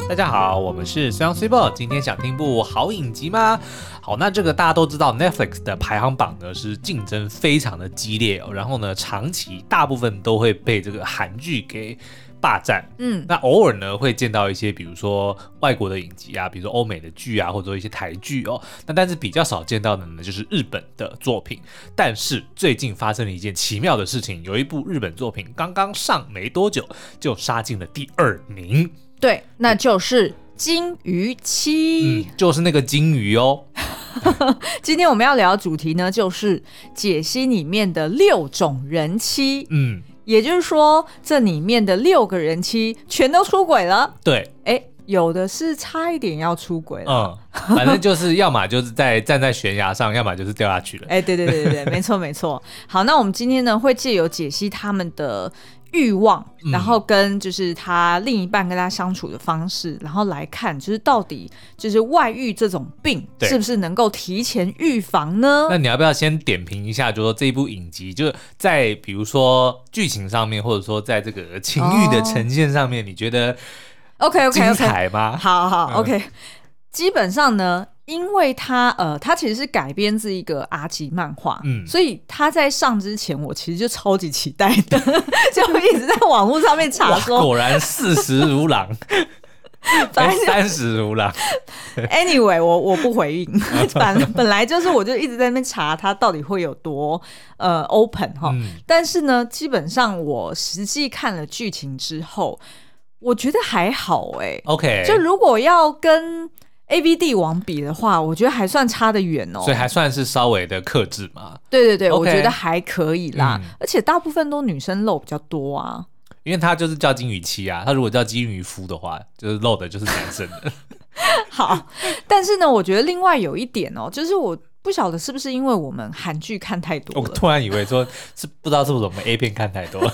大家好，我们是虽阳虽报，今天想听部好影集吗？好，那这个大家都知道 Netflix 的排行榜呢是竞争非常的激烈然后呢长期大部分都会被这个韩剧给霸占，那偶尔呢会见到一些比如说外国的影集啊，比如说欧美的剧啊，或者说一些台剧但是比较少见到的呢就是日本的作品。但是最近发生了一件奇妙的事情，有一部日本作品刚刚上没多久就杀进了第2名。 对，那就是金鱼妻， 就是那个金鱼今天我们要聊的主题呢，就是解析里面的6种人妻。也就是说，这里面的6个人妻全都出轨了。 对， 有的是差一点要出轨了。 反正就是要么就是站在悬崖上，要么就是掉下去了。 对，没错没错。好，那我们今天呢会借由解析他们的欲望，然后跟就是他另一半跟他相处的方式，然后来看就是到底就是外遇这种病是不是能够提前预防呢？ 那你要不要先点评一下，就说这一部影集就是在比如说剧情上面，或者说在这个情欲的呈现上面，你觉得 OK 精彩吗？ 好 OK， 基本上呢，因为它其实是改编自一个阿吉漫画，所以它在上之前，我其实就超级期待的，就一直在网络上面查说， 果然视时如狼，30时如狼。 Anyway， 我不回应，本来就是我就一直在那边查它到底会有多open 但是呢，基本上我实际看了剧情之后，我觉得还好 OK， 就如果要跟AV 帝王比的话，我觉得还算差得远所以还算是稍微的克制嘛。 对、 okay， 我觉得还可以啦，而且大部分都女生露比较多啊， 因为他就是叫金鱼妻啊，他如果叫金鱼夫的话，就是露的就是男生的。 好，但是呢，我觉得另外有一点就是我不晓得是不是因为我们韩剧看太多了， 我突然以为说是不知道是不是我们 A 片看太多了，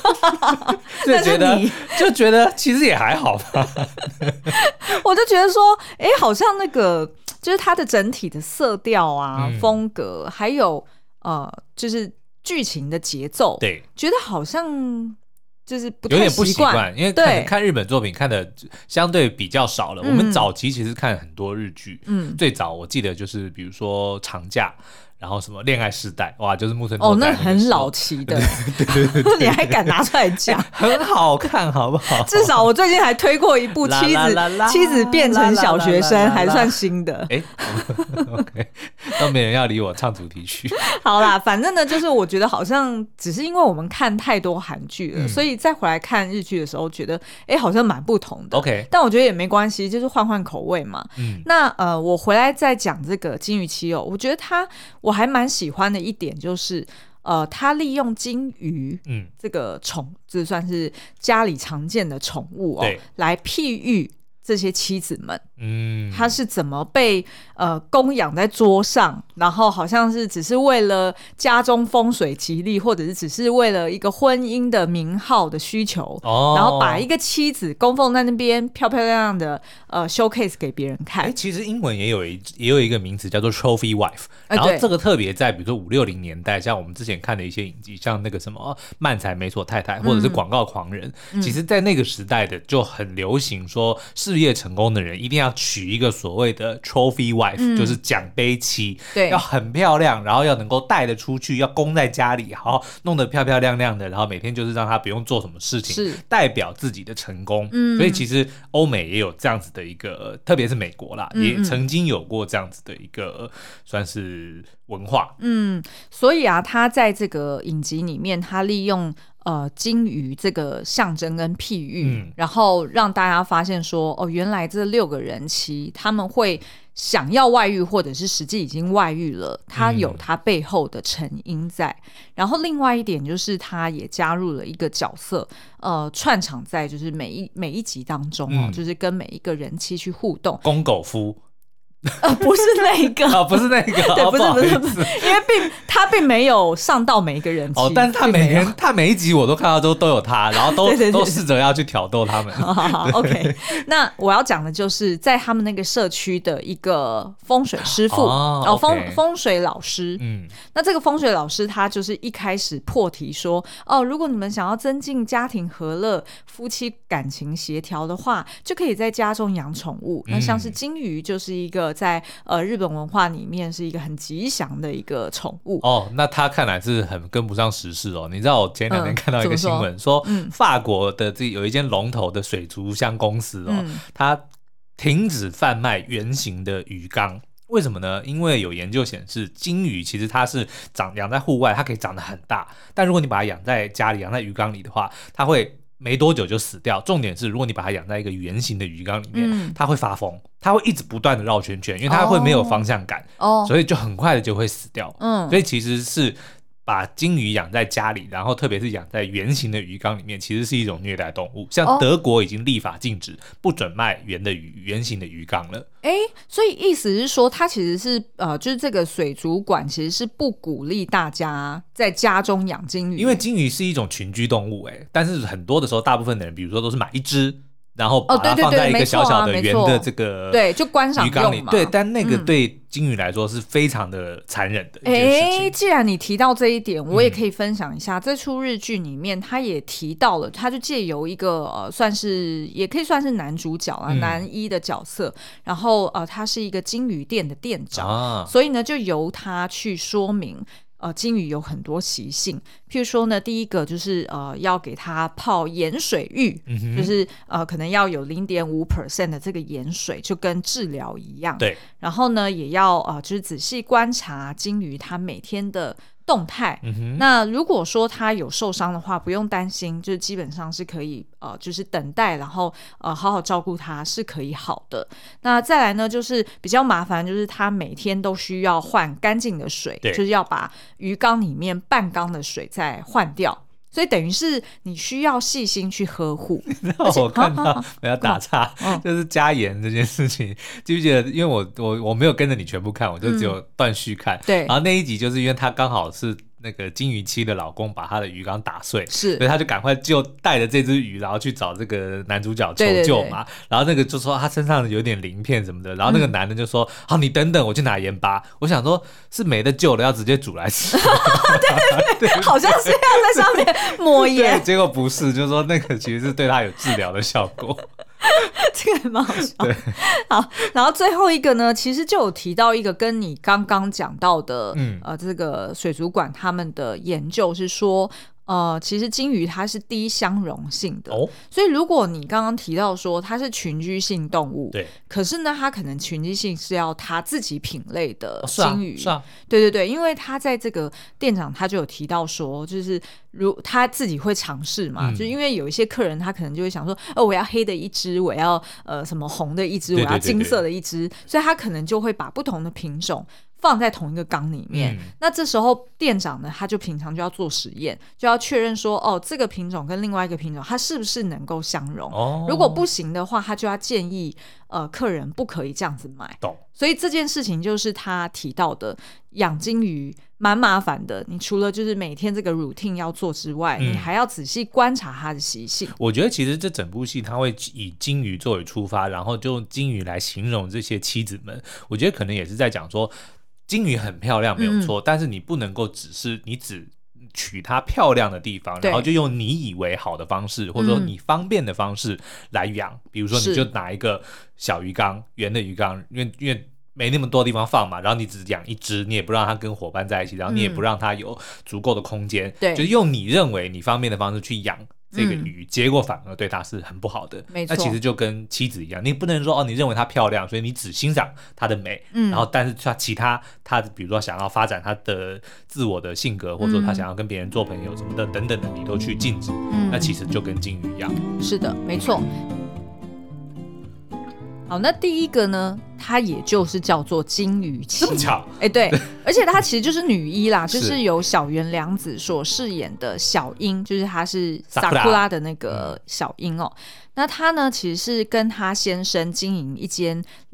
就觉得其实也还好吧。 我就觉得说，好像那个就是它的整体的色调啊、风格，还有就是剧情的节奏， 对， 觉得好像就是有点不习惯，因为可能看日本作品看的相对比较少了。我们早期其实看很多日剧，最早我记得就是比如说长假，然后什么恋爱世代，哇，就是木村拓哉那很老期的， 对， 你还敢拿出来讲？ 很好看，好不好？ 至少我最近还推过一部妻子变成小学生，还算新的。 OK， 都没人要理我唱主题曲。 好啦，反正呢，就是我觉得好像只是因为我们看太多韩剧了，所以再回来看日剧的时候，觉得好像蛮不同的。 OK， 但我觉得也没关系，就是换换口味嘛。那我回来再讲这个金鱼妻我觉得我还蛮喜欢的一点就是他利用金鱼这个这算是家里常见的宠物来譬喻这些妻子们，他是怎么被供养在桌上，然后好像是只是为了家中风水吉利，或者是只是为了一个婚姻的名号的需求，然后把一个妻子供奉在那边漂漂亮亮的showcase 给别人看。 其实英文也有一个名词叫做 trophy wife， 然后这个特别在比如说5、60年代，像我们之前看的一些影集，像那个什么漫才美索太太，或者是广告狂人，其实在那个时代的就很流行说事业成功的人一定要娶一个所谓的 trophy wife，就是奖杯妻， 对， 要很漂亮，然后要能够带得出去，要供在家里，好好弄得漂漂亮亮的，然后每天就是让她不用做什么事情，代表自己的成功。所以其实欧美也有这样子的一个，特别是美国啦，也曾经有过这样子的一个算是文化。 所以他在这个影集里面，他利用金鱼这个象征跟譬喻，然后让大家发现说，原来这6个人妻他们会想要外遇，或者是实际已经外遇了，他有他背后的成因在。然后另外一点就是他也加入了一个角色，串场在就是每一集当中就是跟每一个人妻去互动， 公狗夫。 不是那个哦，不是那个， 对，不是，因为他并没有上到每一个人气， 但是他每一集我都看到都有他，然后都试着要去挑逗他们。 好 OK， 那我要讲的就是在他们那个社区的一个风水师傅风水老师。那这个风水老师他就是一开始破题说，如果你们想要增进家庭和乐、夫妻感情协调的话，就可以在家中养宠物。那像是金鱼就是一个在日本文化里面是一个很吉祥的一个宠物。 那他看来是很跟不上时事哦。你知道我前2天看到一个新闻，说法国的有一间龙头的水族箱公司它停止贩卖圆形的鱼缸。为什么呢？因为有研究显示，金鱼其实它是养在户外，它可以长得很大，但如果你把它养在家里，养在鱼缸里的话，它会没多久就死掉。重点是，如果你把它养在一个圆形的鱼缸里面，它会发疯，它会一直不断的绕圈圈，因为它会没有方向感，所以就很快的就会死掉。所以其实是把金鱼养在家里，然后特别是养在圆形的鱼缸里面，其实是一种虐待动物。像德国已经立法禁止不准卖圆形的鱼缸了。 所以意思是说，它其实是就是这个水族馆其实是不鼓励大家在家中养金鱼， 因为金鱼是一种群居动物，但是很多的时候，大部分的人，比如说都是买一只，然后把它放在一个小小的圆的这个就观赏鱼缸里， 对， 但那个对金鱼来说是非常的残忍的一件事情。 既然你提到这一点，我也可以分享一下，这出日剧里面他也提到了，他就借由一个算是也可以算是男主角男一的角色，然后他是一个金鱼店的店长，所以呢就由他去说明金鱼有很多习性，譬如说呢，第一个就是要给它泡盐水浴，就是可能要有 0.5% 的这个盐水，就跟治疗一样。 对， 然后呢，也要就是仔细观察金鱼它每天的动态。那如果说它有受伤的话，不用担心，就是基本上是可以就是等待，然后好好照顾它是可以好的。那再来呢，就是比较麻烦，就是它每天都需要换干净的水，就是要把鱼缸里面半缸的水再换掉。所以等于是你需要细心去呵护。 我看到我要打岔，就是加盐这件事情，记不记得？因为我没有跟着你全部看，我就只有断续看。 对， 然后那一集就是因为他刚好是那个金鱼妻的老公把他的鱼缸打碎， 所以他就赶快就带着这只鱼，然后去找这个男主角求救嘛。然后那个就说他身上有点鳞片什么的，然后那个男的就说：“好，你等等，我去拿盐巴。”我想说，是没得救了，要直接煮来吃。 对，好像是要在上面抹盐， 结果不是，就是说那个其实是对他有治疗的效果。 这个还蛮好笑。好，然后最后一个呢，其实就有提到一个跟你刚刚讲到的，这个水族馆他们的研究是说，其实金鱼它是低相容性的，所以如果你刚刚提到说它是群居性动物， 对， 可是呢它可能群居性是要它自己品类的金鱼， 是啊， 对，因为他在这个店长他就有提到说，就是他自己会尝试嘛，就因为有一些客人他可能就会想说，我要黑的一只，我要什么红的一只，我要金色的一只，所以他可能就会把不同的品种放在同一个缸里面，那这时候店长呢，他就平常就要做实验，就要确认说，这个品种跟另外一个品种它是不是能够相容，如果不行的话，他就要建议客人不可以这样子买。所以这件事情就是他提到的，养金鱼蛮麻烦的，你除了就是每天这个 routine 要做之外，你还要仔细观察它的习性。 我觉得其实这整部戏它会以金鱼作为出发，然后就用金鱼来形容这些妻子们，我觉得可能也是在讲说金鱼很漂亮没有错，但是你不能够只取它漂亮的地方，然后就用你以为好的方式，或者说你方便的方式来养。比如说你就拿一个小鱼缸，圆的鱼缸，因为没那么多地方放嘛，然后你只养一只，你也不让它跟伙伴在一起，然后你也不让它有足够的空间，就是用你认为你方便的方式去养这个鱼，结果反而对它是很不好的。 没错， 那其实就跟妻子一样，你不能说你认为它漂亮，所以你只欣赏它的美，然后但是它比如说想要发展它的自我的性格，或者说它想要跟别人做朋友什么的等等的，你都去禁止，那其实就跟金鱼一样。 是的，没错。好，那第一个呢，它也就是叫做金鱼妻， 这么巧？ 对，而且它其实就是女一啦，就是由小原凉子所饰演的小樱，就是她是萨库拉的那个小樱那她呢，其实是跟她先生经营一间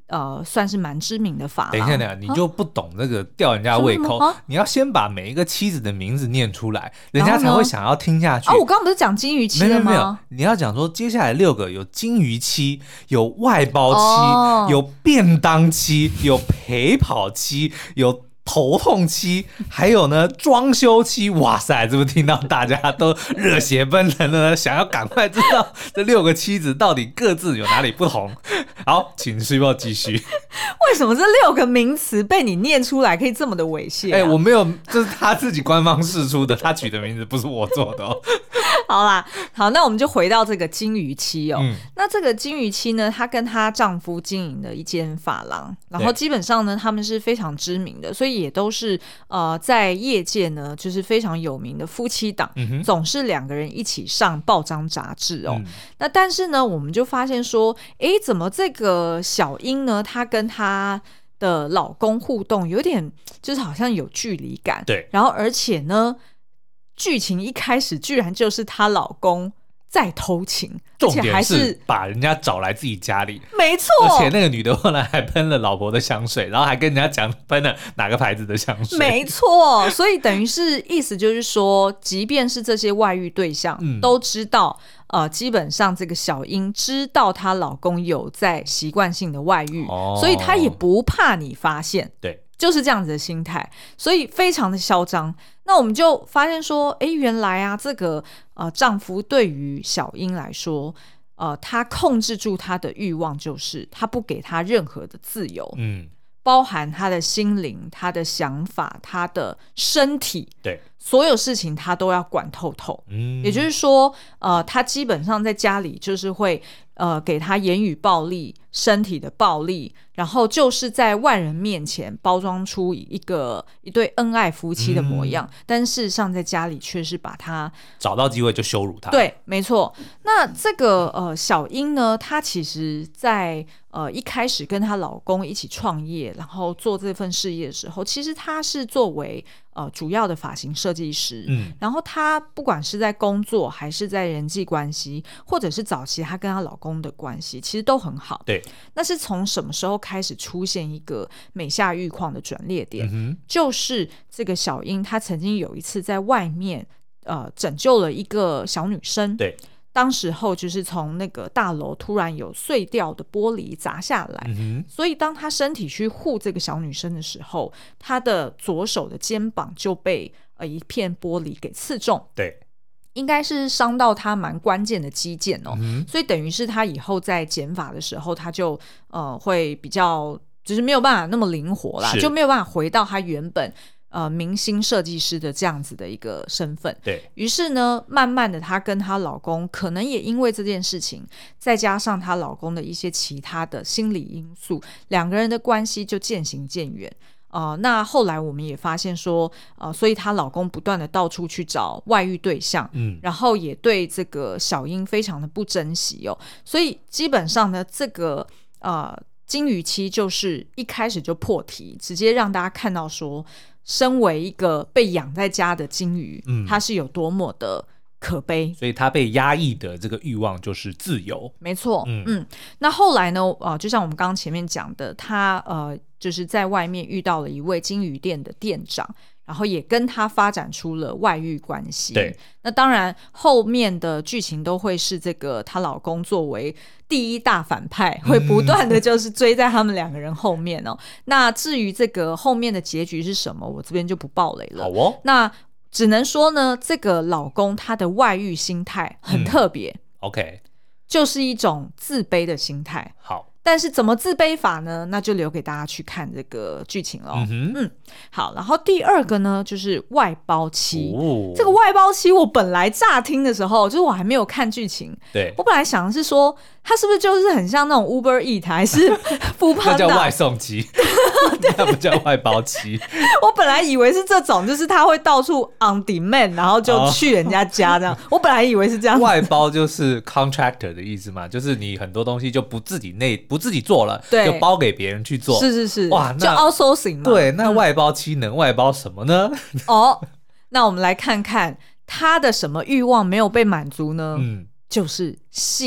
算是蛮知名的法郎。 等一下，你就不懂这个吊人家胃口，你要先把每一个妻子的名字念出来，人家才会想要听下去。 我刚刚不是讲金鱼妻了吗？ 没有，你要讲说接下来6个有金鱼妻，有外包妻，有便当妻，有陪跑妻，有头痛期，还有呢装修期。哇塞，是不是听到大家都热血奔腾的想要赶快知道这6个妻子到底各自有哪里不同？好，请水报继续。 为什么这6个名词被你念出来可以这么的猥亵我没有，这是他自己官方释出的，他取的名字不是我做的好啦，好，那我们就回到这个金鱼妻那这个金鱼妻呢，她跟她丈夫经营的一间发廊，然后基本上呢他们是非常知名的，所以也都是在业界呢就是非常有名的夫妻档，总是2个人一起上报章杂志那但是呢我们就发现说怎么这个小英呢她跟她的老公互动有点就是好像有距离感， 对， 然后而且呢剧情一开始居然就是她老公在偷情， 重点是把人家找来自己家里， 没错， 而且那个女的后来还喷了老婆的香水，然后还跟人家讲喷了哪个牌子的香水， 没错，所以等于是意思就是说即便是这些外遇对象都知道基本上这个小英知道她老公有在习惯性的外遇所以她也不怕你发现， 对， 就是这样子的心态，所以非常的嚣张。那我们就发现说原来这个丈夫对于小英来说他控制住他的欲望，就是他不给他任何的自由，包含他的心灵、他的想法、他的身体， 对， 所有事情他都要管透透。也就是说他基本上在家里就是会给他言语暴力、身体的暴力，然后就是在外人面前包装出一对恩爱夫妻的模样，但事实上在家里却是把他找到机会就羞辱他。 对，没错。那这个小英呢，她其实在一开始跟她老公一起创业，然后做这份事业的时候，其实她是作为主要的发型设计师，然后她不管是在工作还是在人际关系，或者是早期她跟她老公的关系，其实都很好。 对， 那是从什么时候开始出现一个每下愈况的转捩点？就是这个小英她曾经有一次在外面拯救了一个小女生。 对。 当时候就是从那个大楼突然有碎掉的玻璃砸下来，所以当他身体去护这个小女生的时候，他的左手的肩膀就被一片玻璃给刺中， 对， 应该是伤到他蛮关键的肌腱所以等于是他以后在剪发的时候，他就会比较就是没有办法那么灵活啦，就没有办法回到他原本明星设计师的这样子的一个身份。 对， 于是呢慢慢的她跟她老公可能也因为这件事情，再加上她老公的一些其他的心理因素，2个人的关系就渐行渐远。那后来我们也发现说所以她老公不断的到处去找外遇对象，然后也对这个小英非常的不珍惜所以基本上呢这个金鱼妻就是一开始就破题，直接让大家看到说身为一个被养在家的金鱼它是有多么的可悲， 所以他被压抑的这个欲望就是自由。 没错。那后来呢就像我们刚刚前面讲的，他就是在外面遇到了一位金鱼店的店长，然后也跟他发展出了外遇关系。 对， 那当然后面的剧情都会是这个她老公作为第一大反派，会不断的就是追在他们2个人后面那至于这个后面的结局是什么，我这边就不爆雷了。 好那只能说呢，这个老公他的外遇心态很特别 ，OK， 就是一种自卑的心态。 好。 但是怎么自卑法呢？那就留给大家去看这个剧情了。好，然后第2个呢就是外包妻。这个外包妻我本来乍听的时候，就是我还没有看剧情， 对， 我本来想的是说他是不是就是很像那种 Uber Eat 还是富胖达， 那叫外送机那不叫外包妻我本来以为是这种，就是他会到处 on demand 然后就去人家家这样我本来以为是这样。 外包就是 contractor 的意思嘛，就是你很多东西就不自己做了，就包给别人去做。 是哇，就 outsourcing 嘛。 对，那外包妻能外包什么呢？ 那我们来看看他的什么欲望没有被满足呢？就是性。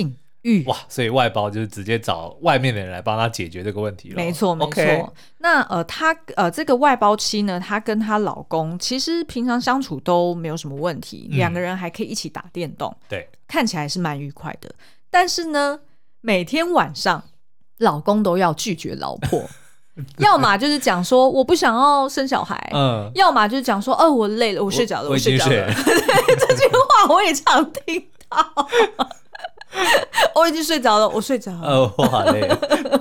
育。 哇，所以外包就是直接找外面的人来帮他解决这个问题了。 没错没错。 Okay. 那她这个外包妻呢，她跟她老公其实平常相处都没有什么问题，两个人还可以一起打电动， 对， 看起来是蛮愉快的。但是呢，每天晚上老公都要拒绝老婆。要么就是讲说我不想要生小孩，要么就是讲说我累了，我睡着了，我睡着了。这句话我也常听到。我已经睡着了，我睡着了。 我好累了。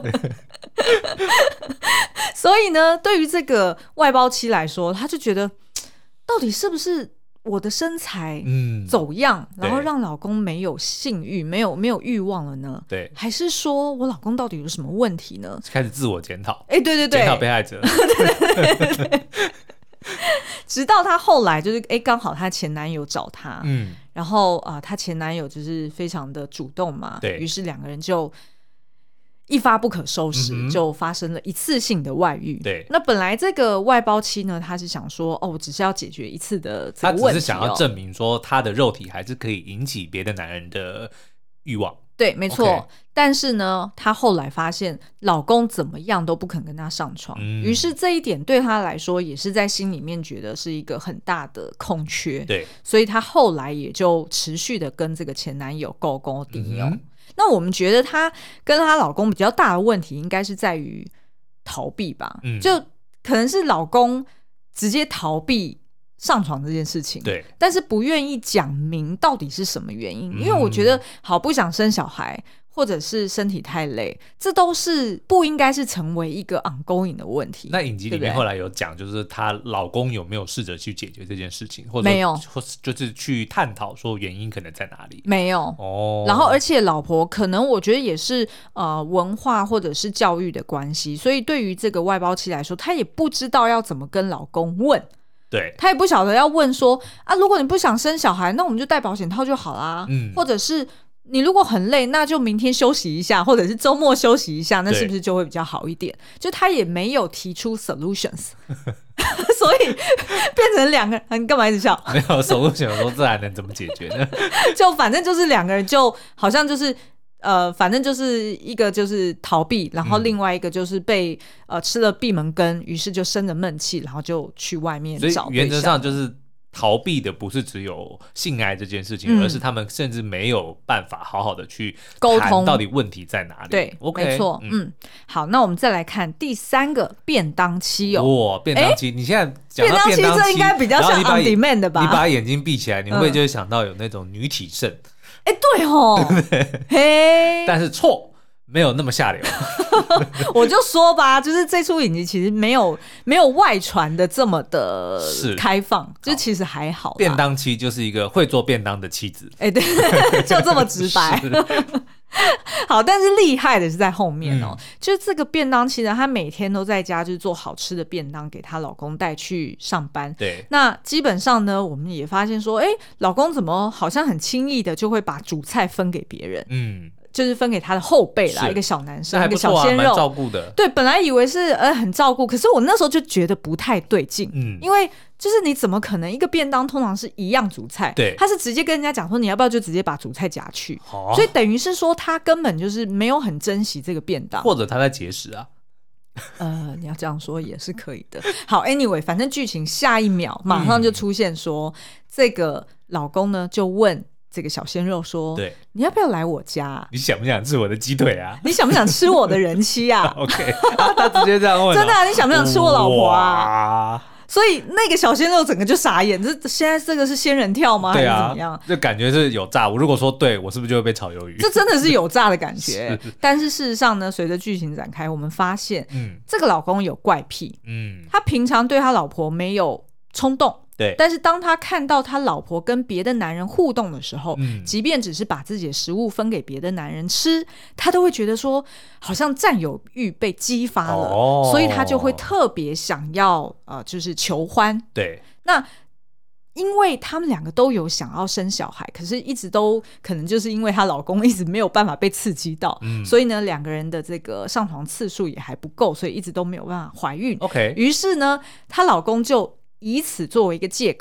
所以呢，对于这个外包妻来说，他就觉得到底是不是我的身材走样，然后让老公没有性欲，没有欲望了呢？ 对， 还是说我老公到底有什么问题呢？ 开始自我检讨。 对对对， 检讨被害者。 对。直到她后来就是刚好她前男友找她，然后她前男友就是非常的主动嘛，对，于是两个人就一发不可收拾，就发生了一次性的外遇。 对， 那本来这个外包妻呢，她是想说我只是要解决一次的这个问题， 她只是想要证明说她的肉体还是可以引起别的男人的欲望。 对，没错。Okay. 但是呢，她后来发现老公怎么样都不肯跟她上床，于是这一点对她来说也是在心里面觉得是一个很大的空缺。 对， 所以她后来也就持续的跟这个前男友勾勾顶用。那我们觉得她跟她老公比较大的问题应该是在于逃避吧，就可能是老公直接逃避上床这件事情， 对， 但是不愿意讲明到底是什么原因，因为我觉得好不想生小孩，或者是身体太累，这都是不应该是成为一个 ongoing 的问题。 那影集里面后来有讲，就是她老公有没有试着去解决这件事情，或者没有， 或就是去探讨说原因可能在哪里？ 没有然后而且老婆可能我觉得也是文化或者是教育的关系，所以对于这个外包妻来说，她也不知道要怎么跟老公问。 对， 他也不晓得要问说如果你不想生小孩，那我们就戴保险套就好啦，或者是你如果很累，那就明天休息一下，或者是周末休息一下，那是不是就会比较好一点？就他也没有提出 solutions 所以变成两个人，你干嘛一直笑？ 没有 solution， 我说这还能怎么解决呢？ 就反正就是两个人就好像就是反正就是一个就是逃避，然后另外一个就是被吃了闭门羹，于是就生了闷气，然后就去外面找对象。 所以原则上就是逃避的不是只有性爱这件事情，而是他们甚至没有办法好好的去沟通到底问题在哪里。 对， okay, 没错。好，那我们再来看第三个便当妻便当妻，你现在讲到便当妻，这应该比较像 on demand 的吧？ 你把眼睛闭起来，你会不会就会想到有那种女体盛？ 对吼，嘿， 但是错，没有那么下流。 我就说吧，就是这出影集其实没有外传的这么的开放，就其实还好。 便当妻就是一个会做便当的妻子， 对，就这么直白。好，但是厉害的是在后面就是这个便当妻呢，她每天都在家就是做好吃的便当给她老公带去上班。 对， 那基本上呢，我们也发现说，老公怎么好像很轻易的就会把主菜分给别人，就是分给他的后辈啦，一个小男生，一个小鲜肉， 蛮照顾的。 对，本来以为是很照顾，可是我那时候就觉得不太对劲，因为就是你怎么可能一个便当通常是一样主菜， 对， 他是直接跟人家讲说你要不要就直接把主菜夹去，所以等于是说他根本就是没有很珍惜这个便当， 或者他在节食啊。 你要这样说也是可以的。好 anyway， 反正剧情下一秒马上就出现说，这个老公呢就问这个小鲜肉说，对，你要不要来我家你想不想吃我的鸡腿啊？ 你想不想吃我的人妻啊 OK 他直接这样问真的你想不想吃我老婆啊？所以那个小鲜肉整个就傻眼，现在这个是仙人跳吗？还是怎么样？ 就感觉是有诈。我如果说对，我是不是就会被炒鱿鱼？ 这真的是有诈的感觉。但是事实上呢，随着剧情展开，我们发现，这个老公有怪癖。他平常对他老婆没有冲动。对，但是当他看到他老婆跟别的男人互动的时候，即便只是把自己的食物分给别的男人吃，他都会觉得说好像占有欲被激发了，所以他就会特别想要就是求欢。对，那因为他们两个都有想要生小孩，可是一直都可能就是因为她老公一直没有办法被刺激到，所以呢两个人的这个上床次数也还不够，所以一直都没有办法怀孕。OK， 于是呢她老公就以此作为一个借口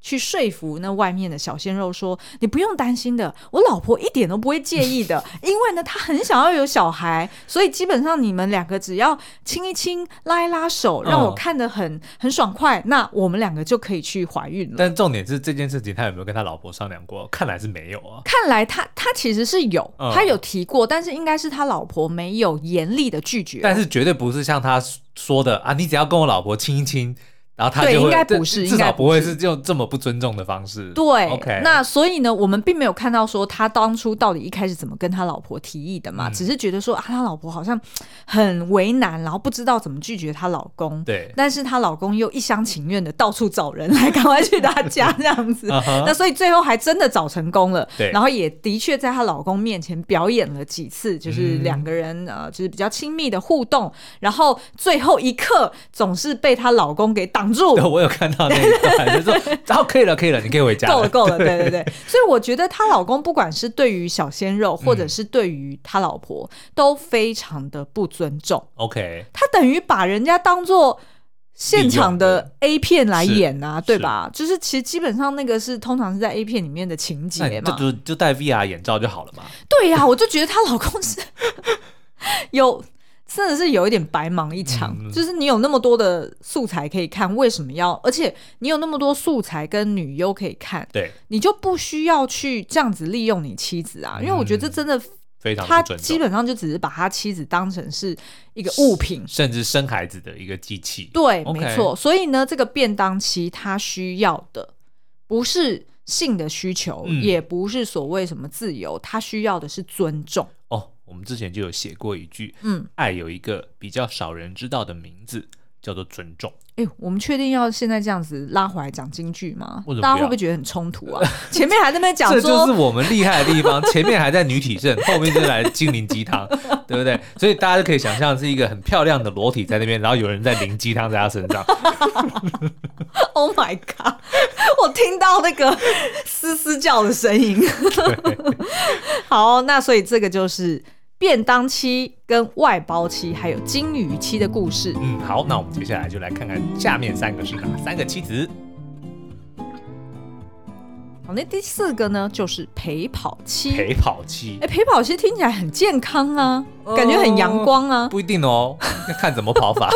去说服那外面的小鲜肉说，你不用担心的，我老婆一点都不会介意的，因为呢她很想要有小孩，所以基本上你们两个只要亲一亲拉一拉手，让我看得很爽快，那我们两个就可以去怀孕了。 但重点是这件事情他有没有跟他老婆商量过？看来是没有啊。 看来他其实是有，他有提过，但是应该是他老婆没有严厉的拒绝， 但是绝对不是像他说的啊，你只要跟我老婆亲一亲，然后他就会， 对，应该不是， 至少不会是用这么不尊重的方式。 对 ，OK。 那所以呢，我们并没有看到说他当初到底一开始怎么跟他老婆提议的嘛，只是觉得说他老婆好像很为难，然后不知道怎么拒绝她老公。 对， 但是她老公又一厢情愿的到处找人来赶快去他家这样子。那所以最后还真的找成功了。 对， 然后也的确在她老公面前表演了几次，就是两个人就是比较亲密的互动，然后最后一刻总是被她老公给挡住。 对，我有看到那一段，就说可以了，你可以回家了， 够了，对。所以我觉得她老公不管是对于小鲜肉，或者是对于她老婆，都非常的不尊重。 OK， 他等于把人家当作现场的 A 片来演啊，对吧？就是其实基本上那个是通常是在 A 片里面的情节嘛， 就戴 VR 眼罩就好了嘛。 对呀，我就觉得她老公是真的是有一点白忙一场，就是你有那么多的素材可以看，为什么要？而且你有那么多素材跟女优可以看， 对， 你就不需要去这样子利用你妻子啊，因为我觉得这真的非常不尊重， 他基本上就只是把他妻子当成是一个物品， 甚至生孩子的一个机器。 对，没错。所以呢，这个便当妻他需要的不是性的需求，也不是所谓什么自由，他需要的是尊重。 我们之前就有写过一句，爱有一个比较少人知道的名字，叫做尊重。 我们确定要现在这样子拉回来讲京剧吗？ 大家会不会觉得很冲突啊？前面还在那边讲说， 这就是我们厉害的地方，前面还在女体盛，后面就来心灵鸡汤，对不对？所以大家就可以想象是一个很漂亮的裸体在那边，然后有人在淋鸡汤在他身上。 Oh my god！ 我听到那个嘶嘶叫的声音。好，那所以这个就是便当妻跟外包妻还有金鱼妻的故事。 好，那我们接下来就来看看下面3个是哪3个妻子。 好，那第4个呢就是陪跑妻。 陪跑妻听起来很健康啊，感觉很阳光啊。 不一定哦，要看怎么跑法。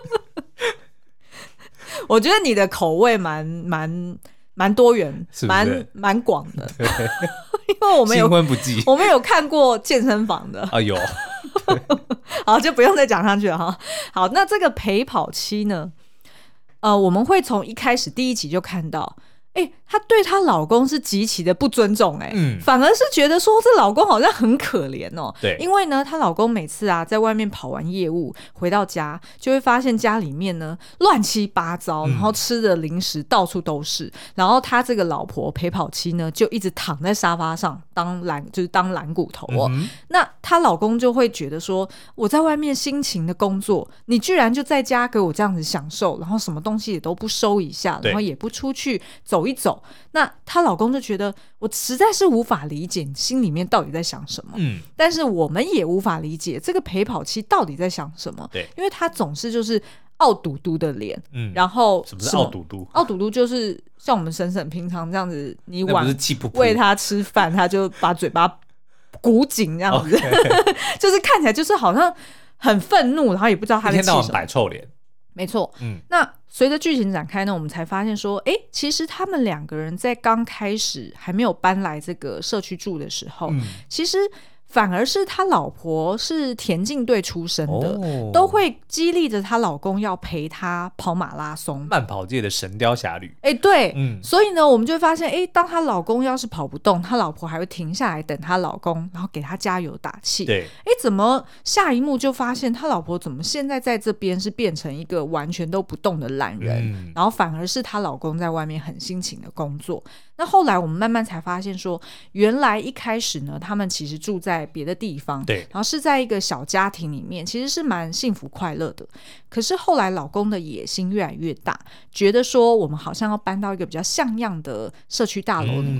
我觉得你的口味蛮多元，蛮广的。因为我们新婚不忌， 我们有看过健身房的有。 好，就不用再讲上去了哈。好，那这个陪跑妻呢，我们会从一开始第1集就看到，她对她老公是极其的不尊重，反而是觉得说这老公好像很可怜哦。 对， 因为呢，她老公每次在外面跑完业务回到家，就会发现家里面呢乱七八糟，然后吃的零食到处都是，然后她这个老婆陪跑妻呢就一直躺在沙发上当懒骨头哦。那她老公就会觉得说，我在外面辛勤的工作，你居然就在家给我这样子享受，然后什么东西也都不收一下，然后也不出去走一走。那她老公就觉得，我实在是无法理解你心里面到底在想什么。但是我们也无法理解这个陪跑妻到底在想什么。 对， 因为她总是就是傲嘟嘟的脸，然后什么是傲嘟嘟？ 傲嘟嘟就是像我们婶婶平常这样子，你喂她吃饭，她就把嘴巴鼓紧这样子，就是看起来就是好像很愤怒，然后也不知道她在气什么， 一天到晚摆臭脸。 没错，那随着剧情展开呢，我们才发现说，其实他们2个人在刚开始还没有搬来这个社区住的时候，其实反而是他老婆是田径队出身的，都会激励着她老公要陪她跑马拉松， 慢跑界的神雕侠侣。 对，所以呢，我们就会发现，当她老公要是跑不动，她老婆还会停下来等她老公，然后给她加油打气。 对， 怎么下一幕就发现她老婆怎么现在在这边是变成一个完全都不动的懒人，然后反而是她老公在外面很辛勤的工作。那后来我们慢慢才发现说，原来一开始呢，他们其实住在别的地方， 对， 然后是在一个小家庭里面，其实是蛮幸福快乐的。可是后来老公的野心越来越大，觉得说我们好像要搬到一个比较像样的社区大楼里面，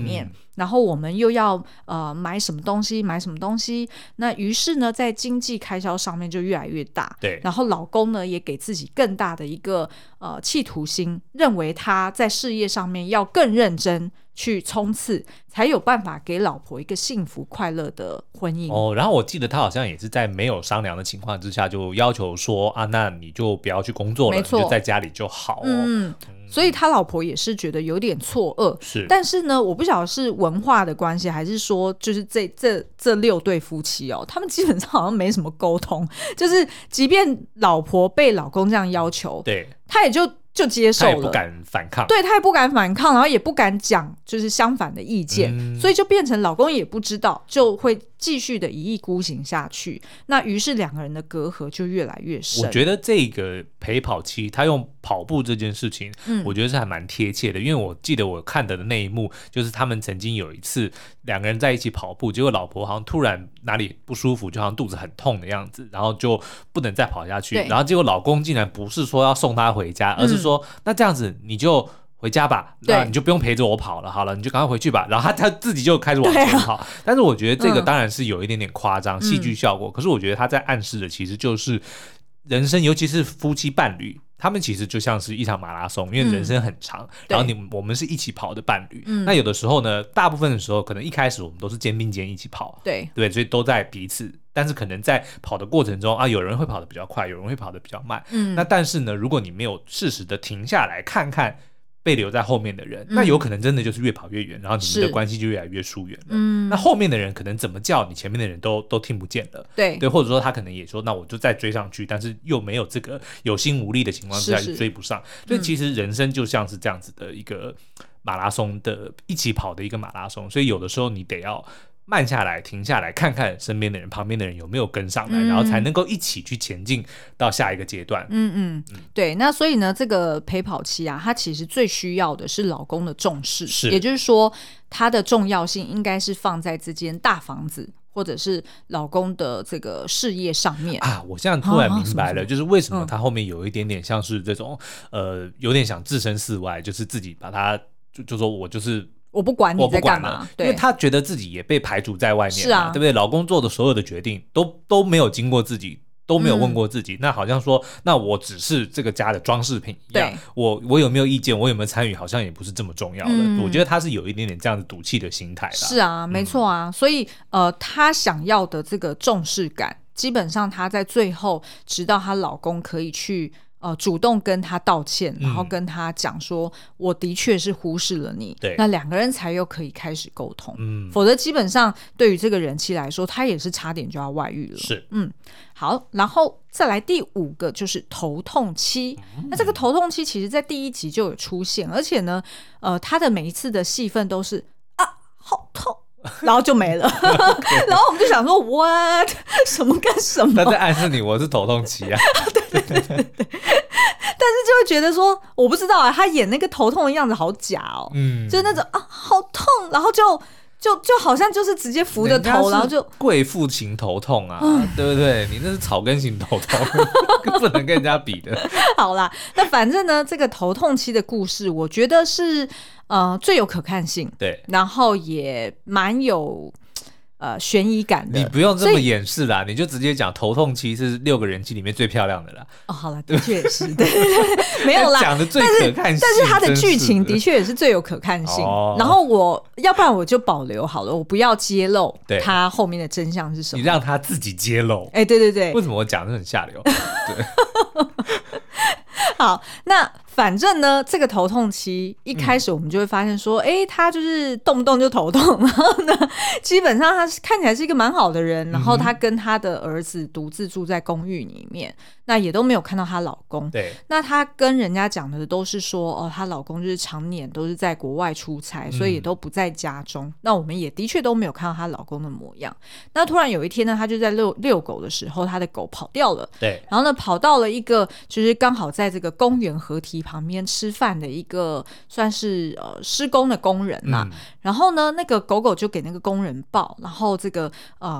然后我们又要买什么东西，那于是呢在经济开销上面就越来越大。 对， 然后老公呢也给自己更大的一个企图心，认为他在事业上面要更认真去冲刺，才有办法给老婆一个幸福快乐的婚姻。 然后我记得他好像也是在没有商量的情况之下，就要求说啊，那你就不要去工作了，你就在家里就好所以他老婆也是觉得有点错愕， 是。 但是呢，我不晓得是文化的关系，还是说就是这6对夫妻他们基本上好像没什么沟通，就是即便老婆被老公这样要求， 对， 他也就接受了， 他也不敢反抗， 对，他也不敢反抗，然后也不敢讲就是相反的意见，所以就变成老公也不知道，就会继续的一意孤行下去。那于是两个人的隔阂就越来越深。 我觉得这个陪跑期他用跑步这件事情，我觉得是还蛮贴切的，因为我记得我看的那一幕就是他们曾经有一次两个人在一起跑步，结果老婆好像突然哪里不舒服，就好像肚子很痛的样子，然后就不能再跑下去，然后结果老公竟然不是说要送她回家，而是说那这样子你就回家吧，那你就不用陪着我跑了，好了，你就赶快回去吧。然后他自己就开始往前跑，但是我觉得这个当然是有一点点夸张，戏剧效果。可是我觉得他在暗示的其实就是人生，尤其是夫妻伴侣，他们其实就像是一场马拉松，因为人生很长，然后我们是一起跑的伴侣。那有的时候呢，大部分的时候可能一开始我们都是肩并肩一起跑，对，所以都在彼此。但是可能在跑的过程中有人会跑得比较快，有人会跑得比较慢。那但是呢，如果你没有适时的停下来看看被留在后面的人，那有可能真的就是越跑越远，然后你们的关系就越来越疏远了。那后面的人可能怎么叫你前面的人都听不见了。对，或者说他可能也说那我就再追上去，但是又没有这个有心无力的情况之下就追不上。所以其实人生就像是这样子的一个马拉松的一起跑的一个马拉松，所以有的时候你得要慢下来停下来看看身边的人旁边的人有没有跟上来，然后才能够一起去前进到下一个阶段。 对，那所以呢这个陪跑期它其实最需要的是老公的重视，也就是说它的重要性应该是放在这间大房子或者是老公的这个事业上面我现在突然明白了，就是为什么他后面有一点点像是这种有点想置身事外，就是自己把他就说我就是我不管你在干嘛， 因为他觉得自己也被排除在外面，对不对？老公做的所有的决定都没有经过自己，都没有问过自己，那好像说那我只是这个家的装饰品一样，我有没有意见，我有没有参与，好像也不是这么重要的。我觉得他是有一点点这样子赌气的心态啦。 是啊，没错啊，所以他想要的这个重视感，基本上他在最后直到她老公可以去主动跟他道歉，然后跟他讲说我的确是忽视了你，那两个人才又可以开始沟通。否则基本上对于这个人妻来说，他也是差点就要外遇了。是，好，然后再来第5个就是头痛期。那这个头痛期其实在第1集就有出现，而且呢他的每一次的戏份都是好痛然后就没了然后我们就想说 what 什么干什么， 他在暗示你我是头痛期啊对，但是就会觉得说我不知道他演那个头痛的样子好假就是那种好痛，然后就好像就是直接扶着头，然后就贵妇型头痛对不对？你那是草根型头痛不能跟人家比的好啦，那反正呢这个头痛期的故事我觉得是最有可看性，对，然后也蛮有悬疑感的。 你不用这么掩饰啦，你就直接讲头痛期是6个人妻里面最漂亮的啦。 好了，的确也是对没有啦， 讲的最可看性， 但是它的剧情的确也是最有可看性。然后要不然我就保留好了，我不要揭露它后面的真相是什么。 你让他自己揭露。 对， 为什么我讲的很下流？对好，那反正呢这个头痛期一开始我们就会发现说他就是动不动就头痛，然后呢基本上他看起来是一个蛮好的人，然后他跟他的儿子独自住在公寓里面，那也都没有看到她老公。对，那她跟人家讲的都是说她老公就是常年都是在国外出差，所以也都不在家中。那我们也的确都没有看到她老公的模样。那突然有一天呢，她就在遛狗的时候，她的狗跑掉了。对，然后呢跑到了一个就是刚好在这个公园河堤旁边吃饭的一个算是施工的工人啦。然后呢那个狗狗就给那个工人抱，然后这个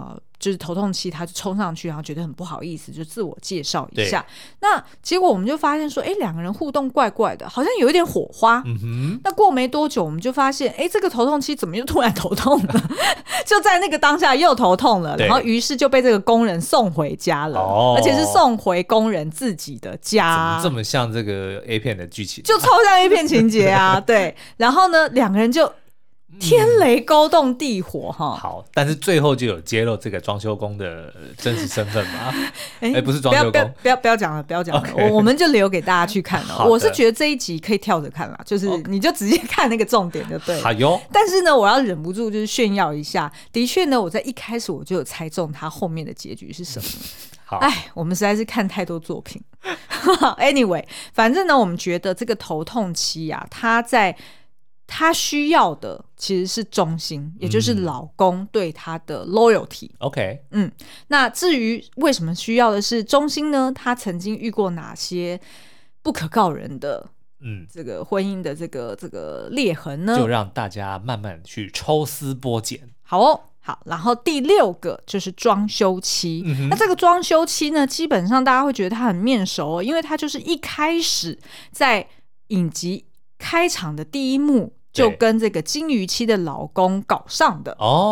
就是头痛期，他就冲上去，然后觉得很不好意思，就自我介绍一下。那结果我们就发现说，两个人互动怪怪的，好像有一点火花。那过没多久，我们就发现，这个头痛期怎么又突然头痛了？就在那个当下又头痛了，然后于是就被这个工人送回家了，而且是送回工人自己的家。 怎么这么像这个 A 片的剧情？ 就超像 A 片情节啊！对，然后呢，两个人就天雷勾动地火哈。 好，但是最后就有揭露这个装修工的真实身份吗？不是装修工， 不要讲了，不要讲了， okay. 我们就留给大家去看了。我是觉得这一集可以跳着看啦，就是你就直接看那个重点就对了。 好哟。 但是呢，我要忍不住就是炫耀一下，的确呢，我在一开始我就有猜中他后面的结局是什么。我们实在是看太多作品。Anyway， 反正呢，我们觉得这个头痛期啊，他需要的其实是忠心，也就是老公对他的 loyalty。OK， 那至于为什么需要的是忠心呢？他曾经遇过哪些不可告人的这个婚姻的这个裂痕呢？ 就让大家慢慢去抽丝剥茧。 好，然后第6个就是装修期。那这个装修期呢，基本上大家会觉得它很面熟因为它就是一开始在影集开场的第一幕就跟这个金鱼期的老公搞上的。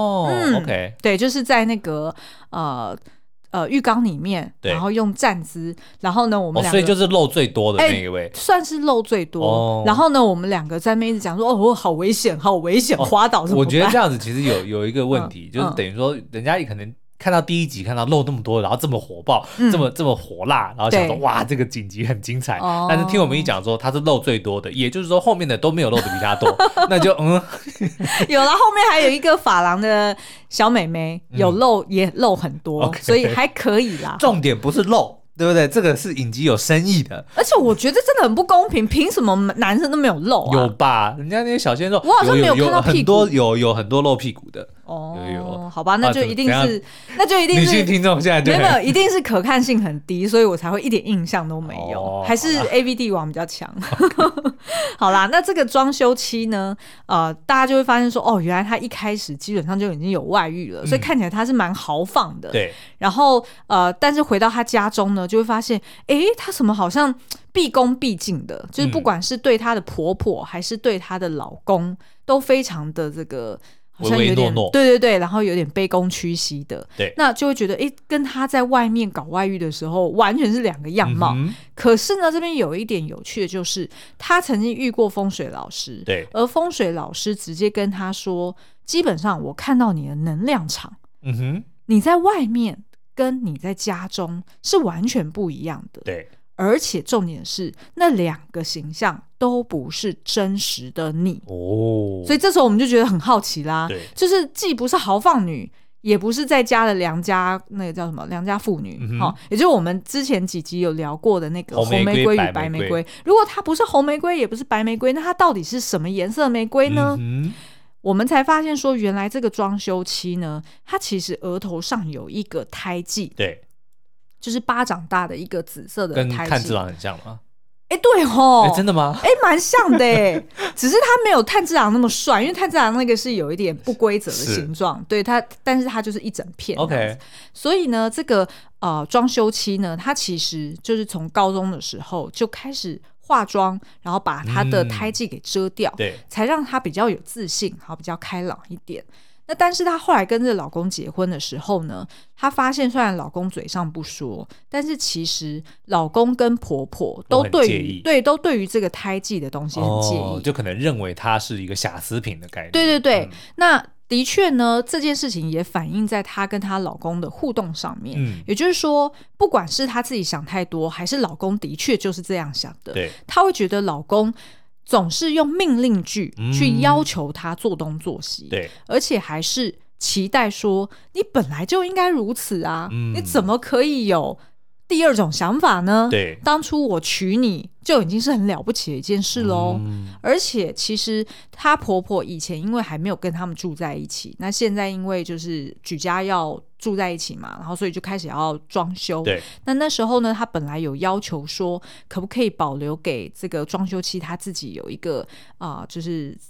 OK， 对，就是在那个浴缸里面，然后用站姿，然后呢，我们两个、 所以就是露最多的那一位， 算是露最多。然后呢，我们两个在那边一直讲说，好危险，好危险，滑倒怎么办？ 我觉得这样子其实有一个问题，就是等于说人家也可能看到第一集看到露那么多，然后这么火爆，这么火辣，然后想说哇，这个紧集很精彩。但是听我们一讲说他是露最多的，也就是说后面的都没有露的比他多，那就有了。后面还有一个发廊的小美眉有露，也露很多，所以还可以啦。 重点不是露。对不对？这个是影集有深意的， 而且我觉得真的很不公平，凭什么男生都没有露啊？ 有吧？人家那些小鲜肉， 我好像没有看到屁股， 有很多露屁股的。 好吧，那就一定是， 女性听众现在就没有，一定是可看性很低，所以我才会一点印象都没有，还是 AV 帝王比较强。好啦，那这个装修期呢，大家就会发现说，原来他一开始基本上就已经有外遇了，所以看起来他是蛮豪放的。 对， 然后但是回到他家中呢，就会发现，他什么好像毕恭毕敬的，就是不管是对她的婆婆还是对她的老公，都非常的这个。好像有点唯唯诺诺， 对，然后有点卑躬屈膝的， 对， 那就会觉得跟他在外面搞外遇的时候完全是两个样貌。可是呢，这边有一点有趣的就是，他曾经遇过风水老师， 对， 而风水老师直接跟他说，基本上我看到你的能量场，你在外面跟你在家中是完全不一样的， 对。 而且重点是那2个形象都不是真实的你所以这时候我们就觉得很好奇啦，就是既不是豪放女，也不是在家的良家，那个叫什么良家妇女，也就是我们之前几集有聊过的那个红玫瑰与白玫瑰。如果它不是红玫瑰也不是白玫瑰，那它到底是什么颜色的玫瑰呢？我们才发现说，原来这个装修期呢，它其实额头上有一个胎记， 对， 就是巴掌大的一个紫色的胎记， 跟炭治郎很像吗？ 对吼， 真的吗？ 蛮像的耶，只是他没有炭治郎那么帅，因为炭治郎那个是有一点不规则的形状，对他，但是他就是一整片。 OK， 所以呢，这个装修期呢，他其实就是从高中的时候就开始化妆，然后把他的胎记给遮掉， 对， 才让他比较有自信，好，比较开朗一点。那但是她后来跟这个老公结婚的时候呢，她发现虽然老公嘴上不说，但是其实老公跟婆婆都对于这个胎记的东西很介意， 就可能认为它是一个瑕疵品的概念。 对，那的确呢，这件事情也反映在她跟她老公的互动上面，也就是说，不管是她自己想太多，还是老公的确就是这样想的， 对， 她会觉得老公总是用命令句去要求他做东做西， 对， 而且还是期待说你本来就应该如此啊，你怎么可以有第二种想法呢？ 对， 当初我娶你就已经是很了不起的一件事咯。而且其实她婆婆以前因为还没有跟他们住在一起，那现在因为就是举家要住在一起嘛，然后所以就开始要装修。 对， 那时候呢，她本来有要求说可不可以保留给这个装修期她自己有一个就是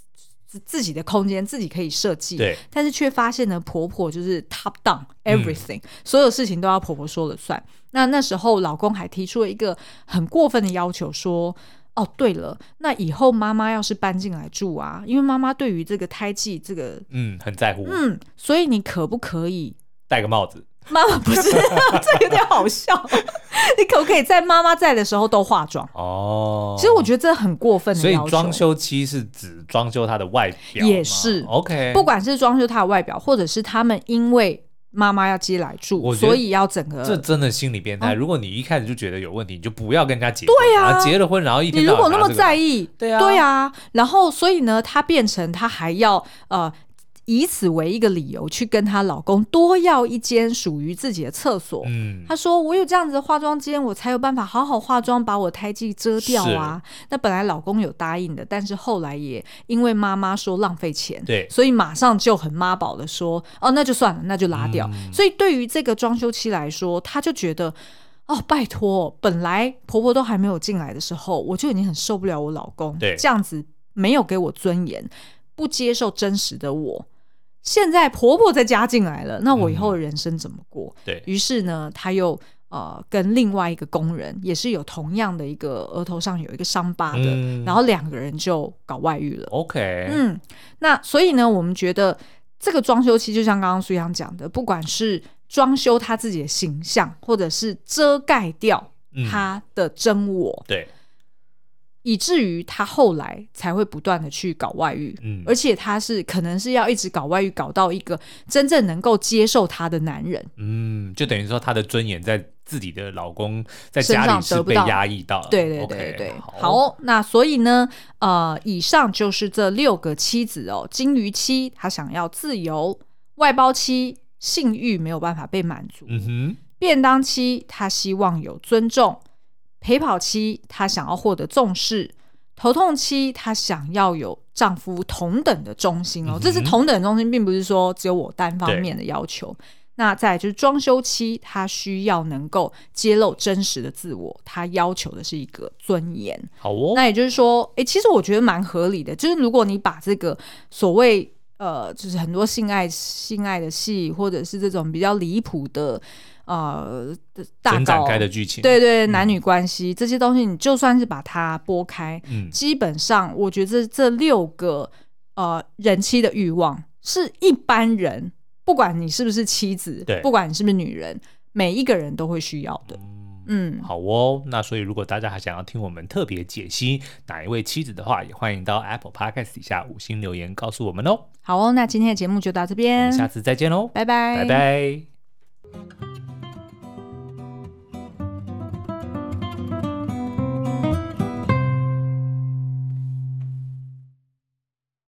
自己的空间自己可以设计， 对， 但是却发现呢婆婆就是 top down everything，所有事情都要婆婆说了算。那时候老公还提出了一个很过分的要求，说哦对了，那以后妈妈要是搬进来住啊，因为妈妈对于这个胎记这个很在乎， 所以你可不可以戴个帽子？ 妈妈不是这有点好笑你可不可以在妈妈在的时候都化妆？其实我觉得这很过分的要求。 所以装修期是指装修她的外表吗？ 也是 OK， 不管是装修她的外表，或者是他们因为妈妈要接来住，所以要整个， 这真的心理变态。如果你一开始就觉得有问题，你就不要跟人家结婚。对啊， 结了婚然后一天你如果那么在意， 对啊，然后所以呢，她变成她还要以此为一个理由去跟她老公多要一间属于自己的厕所。她说我有这样子的化妆间，我才有办法好好化妆，把我胎记遮掉啊。那本来老公有答应的，但是后来也因为妈妈说浪费钱， 对， 所以马上就很妈宝的说那就算了，那就拉掉。所以对于这个装修期来说，她就觉得拜托，本来婆婆都还没有进来的时候，我就已经很受不了我老公这样子没有给我尊严，不接受真实的我。现在婆婆再加进来了，那我以后的人生怎么过？ 对， 于是呢，她又跟另外一个工人也是有同样的一个额头上有一个伤疤的，然后2个人就搞外遇了。 OK， 那所以呢，我们觉得这个装修期就像刚刚苏阳讲的，不管是装修他自己的形象，或者是遮盖掉他的真我， 对， 以至于他后来才会不断的去搞外遇，而且他是可能是要一直搞外遇，搞到一个真正能够接受他的男人， 就等于说他的尊严在自己的老公在家里是被压抑到了， 对对对对，好，那所以呢，以上就是这6个妻子金鱼妻她想要自由，外包妻性欲没有办法被满足，便当妻她希望有尊重，陪跑妻她想要获得重视，头痛妻她想要有丈夫同等的忠心这是同等的忠心，并不是说只有我单方面的要求。那再来就是装修期，她需要能够揭露真实的自我，她要求的是一个尊严。 好哦， 那也就是说其实我觉得蛮合理的，就是如果你把这个所谓就是很多性爱的戏，或者是这种比较离谱的大真展开的剧情， 对对，男女关系这些东西，你就算是把它拨开，基本上我觉得这6个人妻的欲望是一般人，不管你是不是妻子，不管你是不是女人，每一个人都会需要的。 好哦，那所以如果大家还想要听我们特别解析哪一位妻子的话，也欢迎到 Apple Podcast 底下5星留言告诉我们哦。 好哦，那今天的节目就到这边， 我们下次再见喽， 拜拜， 拜拜。